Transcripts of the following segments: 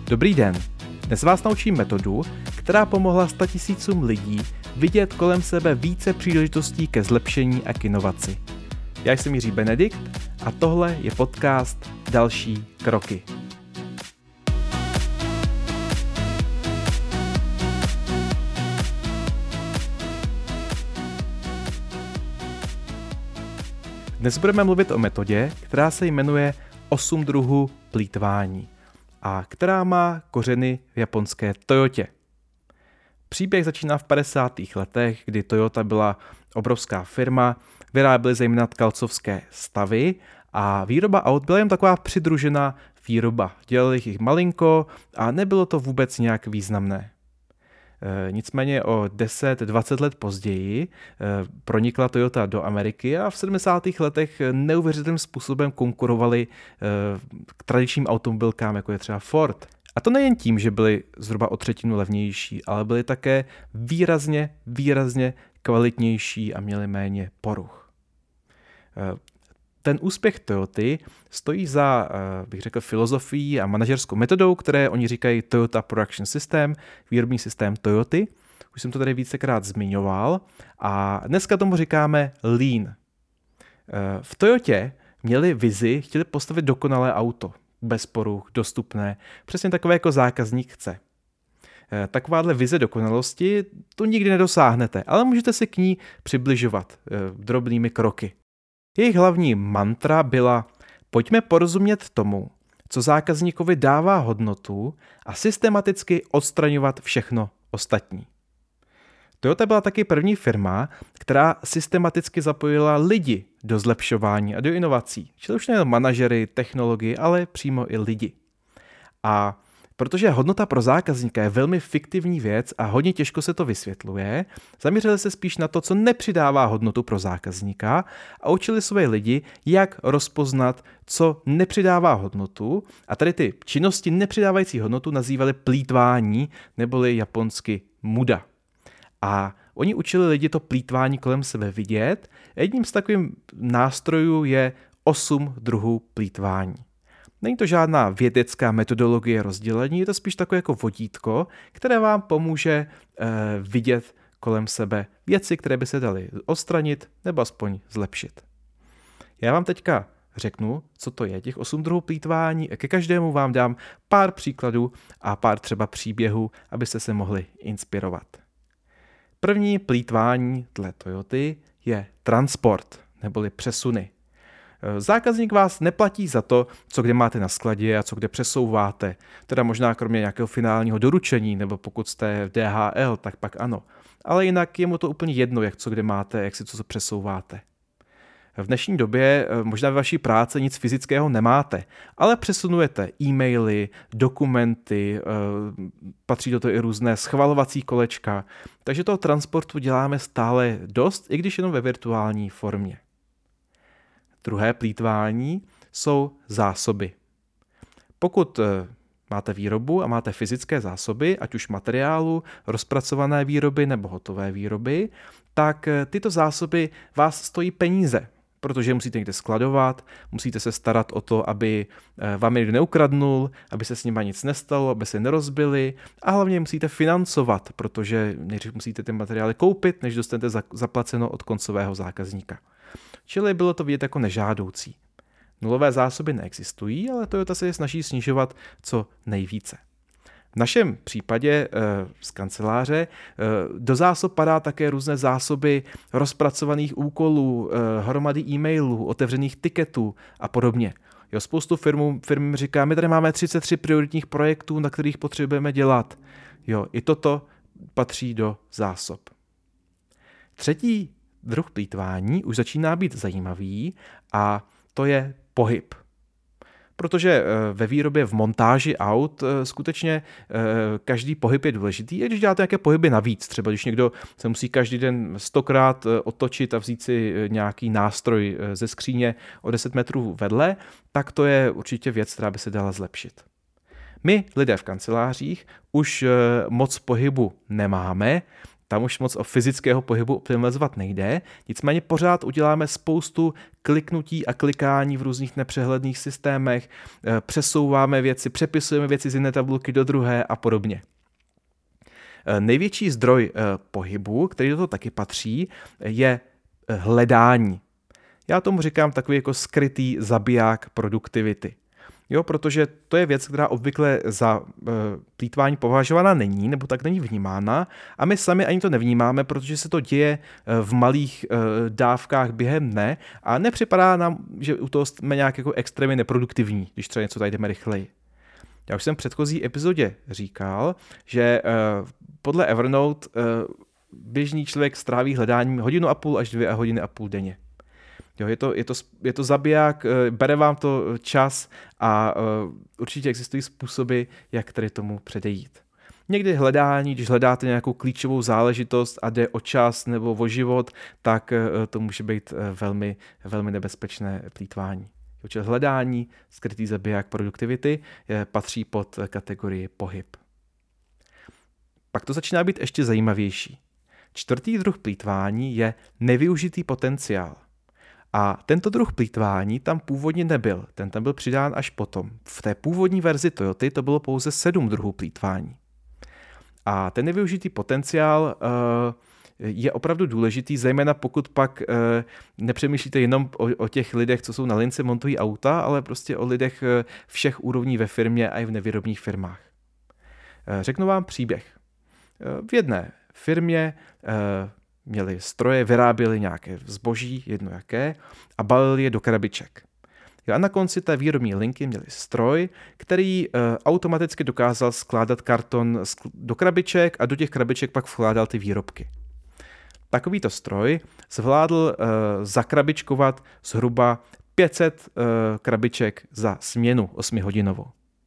Dobrý den, dnes vás naučím metodu, která pomohla 100 000 lidí vidět kolem sebe více příležitostí ke zlepšení a k inovaci. Já jsem Jiří Benedikt a tohle je podcast Další kroky. Dnes budeme mluvit o metodě, která se jmenuje 8 druhů plýtvání a která má kořeny v japonské Toyotě. Příběh začíná v 50. letech, kdy Toyota byla obrovská firma, vyráběly zejména tkalcovské stavy a výroba aut byla jen taková přidružená výroba. Dělali jich malinko a nebylo to vůbec nějak významné. Nicméně o 10-20 let později pronikla Toyota do Ameriky a v 70. letech neuvěřitelným způsobem konkurovali k tradičním automobilkám, jako je třeba Ford. A to nejen tím, že byly zhruba o třetinu levnější, ale byly také výrazně kvalitnější a měly méně poruch. Ten úspěch Toyoty stojí za, bych řekl, filozofií a manažerskou metodou, které oni říkají Toyota Production System, výrobní systém Toyoty. Už jsem to tady vícekrát zmiňoval a dneska tomu říkáme Lean. V Toyotě měli vizi, chtěli postavit dokonalé auto, bez poruch, dostupné, přesně takové, jako zákazník chce. Takováhle vize dokonalosti tu nikdy nedosáhnete, ale můžete se k ní přibližovat drobnými kroky. Jejich hlavní mantra byla: pojďme porozumět tomu, co zákazníkovi dává hodnotu a systematicky odstraňovat všechno ostatní. Toyota byla taky první firma, která systematicky zapojila lidi do zlepšování a do inovací. Čili už nejen manažery, technologii, ale přímo i lidi. A protože hodnota pro zákazníka je velmi fiktivní věc a hodně těžko se to vysvětluje, zaměřili se spíš na to, co nepřidává hodnotu pro zákazníka a učili své lidi, jak rozpoznat, co nepřidává hodnotu, a tady ty činnosti nepřidávající hodnotu nazývali plýtvání neboli japonsky muda. A oni učili lidi to plýtvání kolem sebe vidět. Jedním z takových nástrojů je 8 druhů plýtvání. Není to žádná vědecká metodologie rozdělení, je to spíš takové jako vodítko, které vám pomůže vidět kolem sebe věci, které by se daly odstranit nebo aspoň zlepšit. Já vám teďka řeknu, co to je těch 8 druhů plýtvání a ke každému vám dám pár příkladů a pár třeba příběhů, abyste se mohli inspirovat. První plýtvání dle Toyoty je transport, neboli přesuny. Zákazník vás neplatí za to, co kde máte na skladě a co kde přesouváte. Teda možná kromě nějakého finálního doručení, nebo pokud jste v DHL, tak pak ano. Ale jinak je mu to úplně jedno, jak co kde máte, jak si co přesouváte. V dnešní době možná ve vaší práci nic fyzického nemáte, ale přesunujete e-maily, dokumenty, patří do toho i různé schvalovací kolečka, takže toho transportu děláme stále dost, i když jenom ve virtuální formě. Druhé plýtvání jsou zásoby. Pokud máte výrobu a máte fyzické zásoby, ať už materiálu, rozpracované výroby nebo hotové výroby, tak tyto zásoby vás stojí peníze, protože musíte někde skladovat, musíte se starat o to, aby vám je někdo neukradnul, aby se s nimi nic nestalo, aby se nerozbily a hlavně musíte financovat, protože nejdřív musíte ty materiály koupit, než dostanete zaplaceno od koncového zákazníka. Čili bylo to vidět jako nežádoucí. Nulové zásoby neexistují, ale Toyota se je snaží snižovat co nejvíce. V našem případě z kanceláře do zásob padá také různé zásoby rozpracovaných úkolů, hromady e-mailů, otevřených tiketů a podobně. Jo, spoustu firm říká, my tady máme 33 prioritních projektů, na kterých potřebujeme dělat. Jo, i toto patří do zásob. Třetí druh plýtvání už začíná být zajímavý a to je pohyb. Protože ve výrobě, v montáži aut skutečně každý pohyb je důležitý. I když děláte nějaké pohyby navíc, třeba když někdo se musí každý den 100krát otočit a vzít si nějaký nástroj ze skříně o 10 metrů vedle, tak to je určitě věc, která by se dala zlepšit. My, lidé v kancelářích, už moc pohybu nemáme, Tam už moc o fyzického pohybu optimalizovat nejde, nicméně pořád uděláme spoustu kliknutí a klikání v různých nepřehledných systémech, přesouváme věci, přepisujeme věci z jedné tabulky do druhé a podobně. Největší zdroj pohybu, který do toho taky patří, je hledání. Já tomu říkám takový jako skrytý zabiják produktivity. Jo, protože to je věc, která obvykle za plýtvání považována není, nebo tak není vnímána a my sami ani to nevnímáme, protože se to děje v malých dávkách během dne a nepřipadá nám, že u toho jsme nějak jako extrémně neproduktivní, když třeba něco tady jdeme rychleji. Já už jsem v předchozí epizodě říkal, že podle Evernote běžný člověk stráví hledáním 1,5 až 2 hodiny a půl denně. Jo, je to zabiják, bere vám to čas a určitě existují způsoby, jak tady tomu předejít. Někdy hledání, když hledáte nějakou klíčovou záležitost a jde o čas nebo o život, tak to může být velmi, velmi nebezpečné plýtvání. Čili hledání, skrytý zabiják produktivity, patří pod kategorii pohyb. Pak to začíná být ještě zajímavější. Čtvrtý druh plýtvání je nevyužitý potenciál. A tento druh plýtvání tam původně nebyl, ten tam byl přidán až potom. V té původní verzi Toyoty to bylo pouze 7 druhů plýtvání. A ten nevyužitý potenciál je opravdu důležitý, zejména pokud pak nepřemýšlíte jenom o těch lidech, co jsou na lince, montují auta, ale prostě o lidech všech úrovní ve firmě a i v nevýrobních firmách. Řeknu vám příběh. V jedné firmě měli stroje, vyráběli nějaké zboží, jedno jaké, a balili je do krabiček. A na konci té výrobní linky měli stroj, který automaticky dokázal skládat karton do krabiček a do těch krabiček pak vkládal ty výrobky. Takovýto stroj zvládl zakrabičkovat zhruba 500 krabiček za směnu 8hodinovou.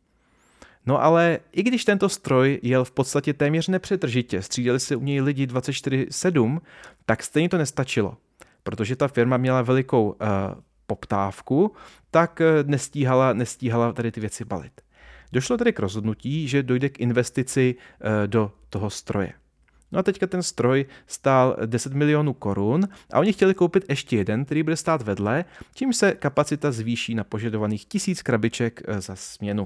No ale i když tento stroj jel v podstatě téměř nepřetržitě, střídali se u něj lidi 24/7, tak stejně to nestačilo. Protože ta firma měla velikou poptávku, tak nestíhala tady ty věci balit. Došlo tedy k rozhodnutí, že dojde k investici do toho stroje. No a teďka ten stroj stál 10 milionů korun a oni chtěli koupit ještě jeden, který bude stát vedle, tím se kapacita zvýší na požadovaných 1000 krabiček za směnu.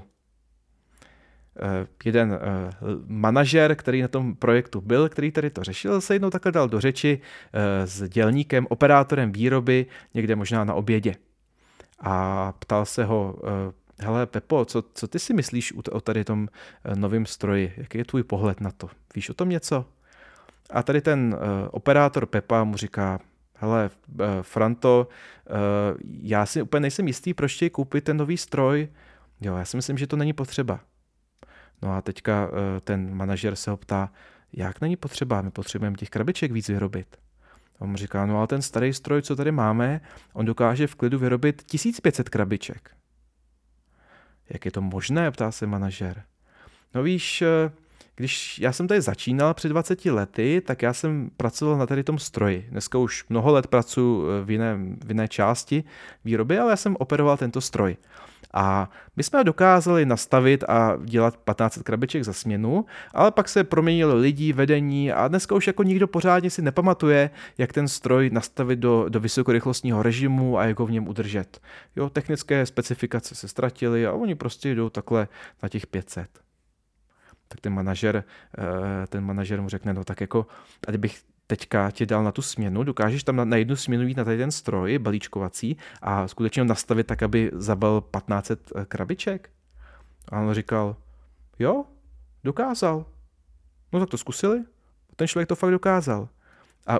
Jeden manažer, který na tom projektu byl, který tady to řešil, se jednou takhle dal do řeči s dělníkem, operátorem výroby, někde možná na obědě. A ptal se ho, hele Pepo, co ty si myslíš o tady tom novém stroji? Jaký je tvůj pohled na to? Víš o tom něco? A tady ten operátor Pepa mu říká, hele Franto, já si úplně nejsem jistý, proč chtějí koupit ten nový stroj. Jo, já si myslím, že to není potřeba. No a teďka ten manažer se ho ptá, jak není potřeba, my potřebujeme těch krabiček víc vyrobit. A on mu říká, no ale ten starý stroj, co tady máme, on dokáže v klidu vyrobit 1500 krabiček. Jak je to možné, ptá se manažer. No víš, když já jsem tady začínal před 20 lety, tak já jsem pracoval na tady tom stroji. Dneska už mnoho let pracuji v jiné části výroby, ale já jsem operoval tento stroj. A my jsme ho dokázali nastavit a dělat 1500 krabiček za směnu, ale pak se proměnili lidi, vedení a dneska už jako nikdo pořádně si nepamatuje, jak ten stroj nastavit do vysokorychlostního režimu a jak ho v něm udržet. Jo, technické specifikace se ztratily a oni prostě jdou takhle na těch 500. Tak ten manažer mu řekne, no tak jako, a kdybych teďka tě dal na tu směnu, dokážeš tam na jednu směnu jít na tady ten stroj balíčkovací a skutečně ho nastavit tak, aby zabal 1500 krabiček? A on říkal, jo, dokázal. No tak to zkusili. Ten člověk to fakt dokázal. A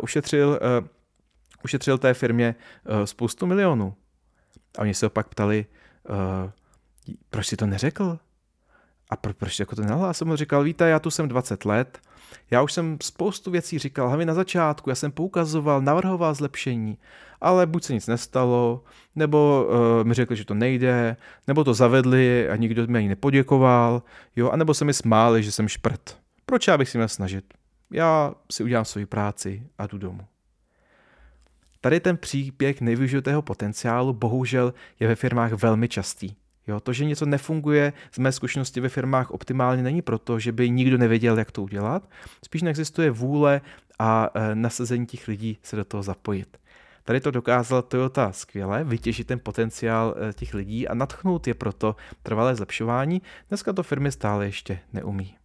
ušetřil té firmě spoustu milionů. A oni se ho pak ptali, proč si to neřekl? A proč jako to nahlas? Jsem mu říkal, víte, já tu jsem 20 let, já už jsem spoustu věcí říkal, hlavně na začátku, já jsem poukazoval, navrhoval zlepšení, ale buď se nic nestalo, nebo mi řekli, že to nejde, nebo to zavedli a nikdo mi ani nepoděkoval, jo, anebo se mi smáli, že jsem šprt. Proč já bych si měl snažit? Já si udělám svoji práci a jdu domů. Tady ten příběh nevyužitého potenciálu bohužel je ve firmách velmi častý. Jo, to, že něco nefunguje z mé zkušenosti ve firmách optimálně, není proto, že by nikdo nevěděl, jak to udělat. Spíš neexistuje vůle a nasazení těch lidí se do toho zapojit. Tady to dokázala Toyota skvěle, vytěžit ten potenciál těch lidí a nadchnout je proto trvalé zlepšování. Dneska to firmy stále ještě neumí.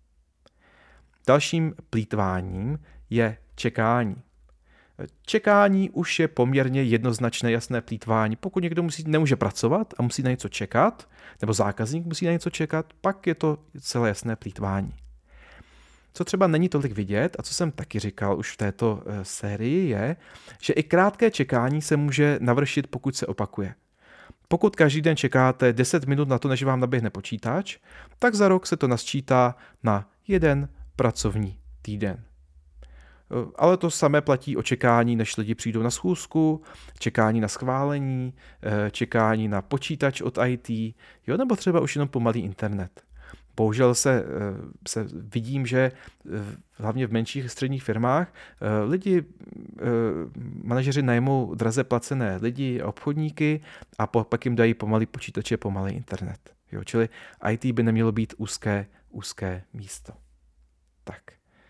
Dalším plýtváním je čekání. Čekání už je poměrně jednoznačné, jasné plýtvání. Pokud někdo nemůže pracovat a musí na něco čekat, nebo zákazník musí na něco čekat, pak je to celé jasné plýtvání. Co třeba není tolik vidět, a co jsem taky říkal už v této sérii, je, že i krátké čekání se může navršit, pokud se opakuje. Pokud každý den čekáte 10 minut na to, než vám naběhne počítač, tak za rok se to nasčítá na 1 pracovní týden. Ale to samé platí o čekání, než lidi přijdou na schůzku, čekání na schválení, čekání na počítač od IT, jo, nebo třeba už jenom pomalý internet. Bohužel se vidím, že hlavně v menších středních firmách lidi, manažeři najmou draze placené lidi a obchodníky a pak jim dají pomalý počítače, pomalý internet. Jo, čili IT by nemělo být úzké místo. Tak.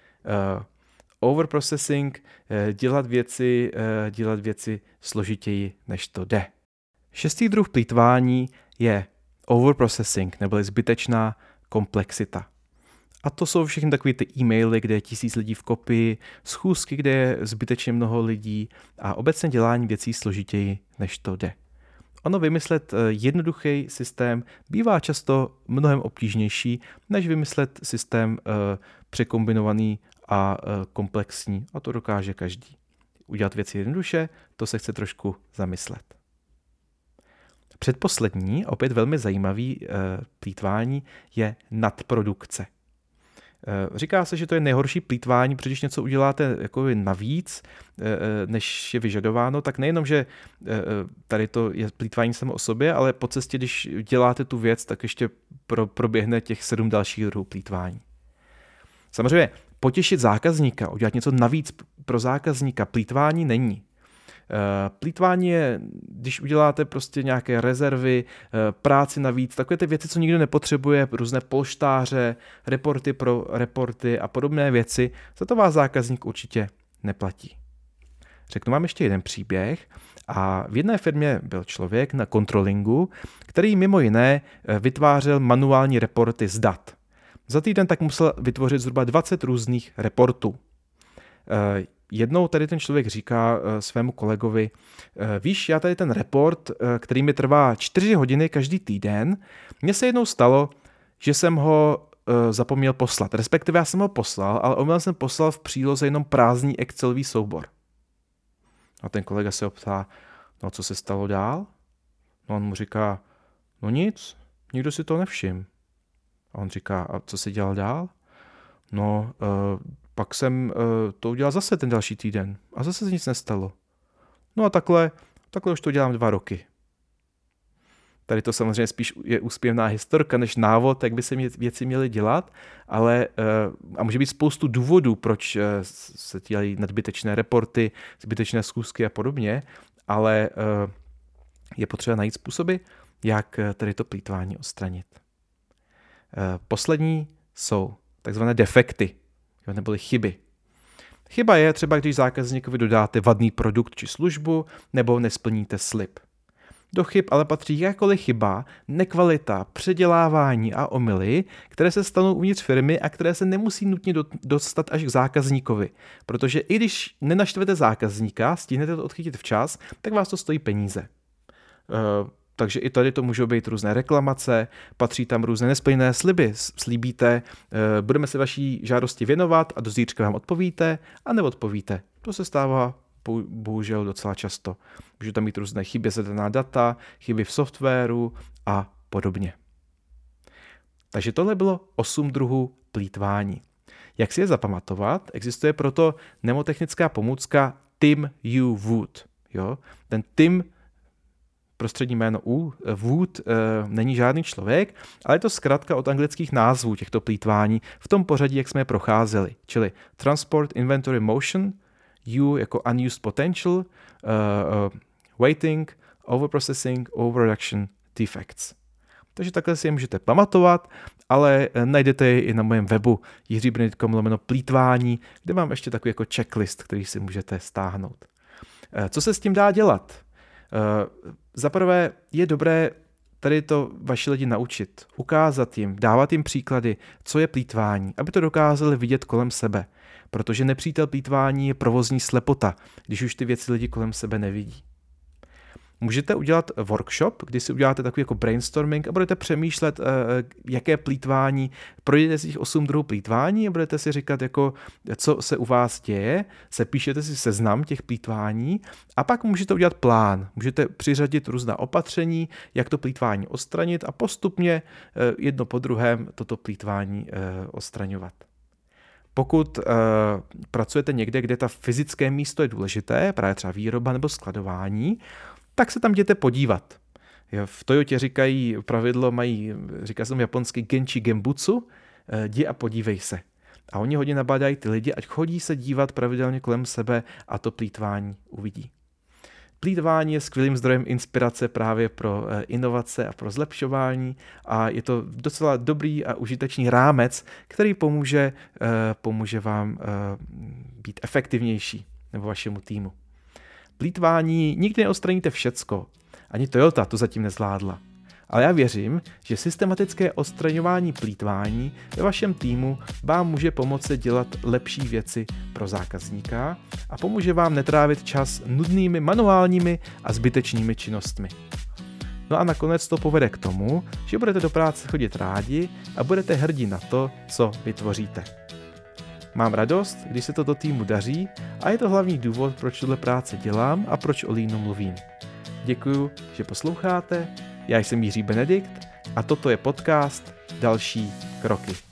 Overprocessing, dělat věci složitěji, než to jde. 6. druh plýtvání je overprocessing, neboli zbytečná komplexita. A to jsou všechny takové ty e-maily, kde je 1000 lidí v kopii, schůzky, kde je zbytečně mnoho lidí a obecně dělání věcí složitěji, než to jde. Ono vymyslet jednoduchý systém bývá často mnohem obtížnější, než vymyslet systém překombinovaný a komplexní. A to dokáže každý. Udělat věci jednoduše, to se chce trošku zamyslet. Předposlední, opět velmi zajímavý plýtvání, je nadprodukce. Říká se, že to je nejhorší plýtvání, protože když něco uděláte jako navíc, než je vyžadováno, tak nejenom, že tady to je plýtvání samo o sobě, ale po cestě, když děláte tu věc, tak ještě proběhne těch 7 dalších druhů plýtvání. Samozřejmě potěšit zákazníka, udělat něco navíc pro zákazníka, plýtvání není. Plýtvání je, když uděláte prostě nějaké rezervy, práci navíc, takové ty věci, co nikdo nepotřebuje, různé polštáře, reporty pro reporty a podobné věci, za to vás zákazník určitě neplatí. Řeknu vám ještě jeden příběh a v jedné firmě byl člověk na controllingu, který mimo jiné vytvářel manuální reporty z dat. Za týden tak musel vytvořit zhruba 20 různých reportů. Jednou tady ten člověk říká svému kolegovi, víš, já tady ten report, který mi trvá 4 hodiny každý týden, mně se jednou stalo, že jsem ho zapomněl poslat. Respektive já jsem ho poslal, ale omylem jsem poslal v příloze jenom prázdný Excelový soubor. A ten kolega se optá, no co se stalo dál? No on mu říká, no nic, nikdo si to nevšiml. A on říká, a co jsi dělal dál? No, pak jsem to udělal zase ten další týden a zase se nic nestalo. No a takhle už to dělám 2 roky. Tady to samozřejmě spíš je úspěvná historka než návod, jak by se věci měly dělat, ale a může být spoustu důvodů, proč se dělají nadbytečné reporty, zbytečné schůzky a podobně, ale je potřeba najít způsoby, jak tady to plýtvání odstranit. Poslední jsou takzvané defekty, neboli chyby. Chyba je třeba, když zákazníkovi dodáte vadný produkt či službu nebo nesplníte slib. Do chyb ale patří jakkoliv chyba, nekvalita, předělávání a omyly, které se stanou uvnitř firmy a které se nemusí nutně dostat až k zákazníkovi. Protože i když nenaštvete zákazníka, stihnete to odchytit včas, tak vás to stojí peníze. Takže i tady to můžou být různé reklamace, patří tam různé nesplněné sliby. Slíbíte, budeme se vaší žádosti věnovat a do zítřka vám odpovíte a neodpovíte. To se stává bohužel docela často. Můžou tam mít různé chyby zadaná data, chyby v softwaru a podobně. Takže tohle bylo 8 druhů plýtvání. Jak si je zapamatovat? Existuje proto mnemotechnická pomůcka Tim U. Wood. Jo? Ten Tim prostřední jméno Wood není žádný člověk, ale je to zkratka od anglických názvů těchto plýtvání v tom pořadí, jak jsme je procházeli. Čili Transport Inventory Motion, U jako Unused Potential, Waiting, Overprocessing, Overreaction, Defects. Takže takhle si je můžete pamatovat, ale najdete je i na mém webu jiřibenedikt.com/plýtvání, kde mám ještě takový jako checklist, který si můžete stáhnout. Co se s tím dá dělat? Zaprvé je dobré tady to vaši lidi naučit, ukázat jim, dávat jim příklady, co je plýtvání, aby to dokázali vidět kolem sebe. Protože nepřítel plýtvání je provozní slepota, když už ty věci lidi kolem sebe nevidí. Můžete udělat workshop, kdy si uděláte takový jako brainstorming a budete přemýšlet, jaké plýtvání, projdete si těch 8 druhů plýtvání a budete si říkat, jako, co se u vás děje, sepíšete si seznam těch plýtvání a pak můžete udělat plán. Můžete přiřadit různá opatření, jak to plýtvání odstranit a postupně jedno po druhém toto plýtvání odstraňovat. Pokud pracujete někde, kde ta fyzické místo je důležité, právě třeba výroba nebo skladování, tak se tam jděte podívat. V Toyotě říká se mu japonsky genchi genbutsu, jdi a podívej se. A oni hodně nabádají ty lidi, ať chodí se dívat pravidelně kolem sebe a to plýtvání uvidí. Plýtvání je skvělým zdrojem inspirace právě pro inovace a pro zlepšování a je to docela dobrý a užitečný rámec, který pomůže vám být efektivnější nebo vašemu týmu. Plýtvání nikdy neodstraníte všecko. Ani Toyota to zatím nezvládla. Ale já věřím, že systematické odstraňování plýtvání ve vašem týmu vám může pomoci dělat lepší věci pro zákazníka a pomůže vám netrávit čas nudnými manuálními a zbytečnými činnostmi. No a nakonec to povede k tomu, že budete do práce chodit rádi a budete hrdí na to, co vytvoříte. Mám radost, když se to do týmu daří a je to hlavní důvod, proč tuhle práce dělám a proč o Leanu mluvím. Děkuju, že posloucháte, já jsem Jiří Benedikt a toto je podcast Další kroky.